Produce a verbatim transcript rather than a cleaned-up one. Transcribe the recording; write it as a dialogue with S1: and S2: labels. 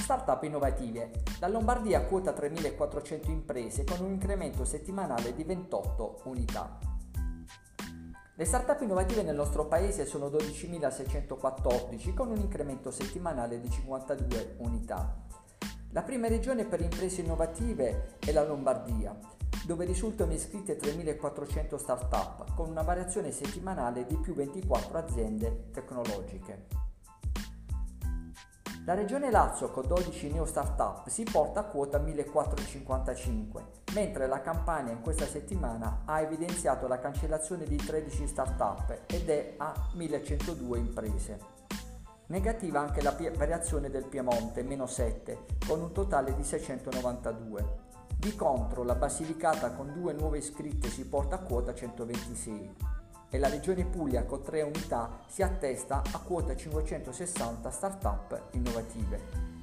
S1: Startup innovative. La Lombardia quota tremilaquattrocento imprese con un incremento settimanale di ventotto unità. Le startup innovative nel nostro paese sono dodicimilaseicentoquattordici con un incremento settimanale di cinquantadue unità. La prima regione per imprese innovative è la Lombardia, dove risultano iscritte tremilaquattrocento startup con una variazione settimanale di più ventiquattro aziende tecnologiche. La regione Lazio con dodici neo startup si porta a quota millequattrocentocinquantacinque, mentre la Campania in questa settimana ha evidenziato la cancellazione di tredici startup ed è a millecentodue imprese. Negativa anche la variazione del Piemonte, meno sette, con un totale di seicentonovantadue. Di contro la Basilicata con due nuove iscritte si porta a quota centoventisei. E la regione Puglia con tre unità si attesta a quota cinquecentosessanta startup innovative.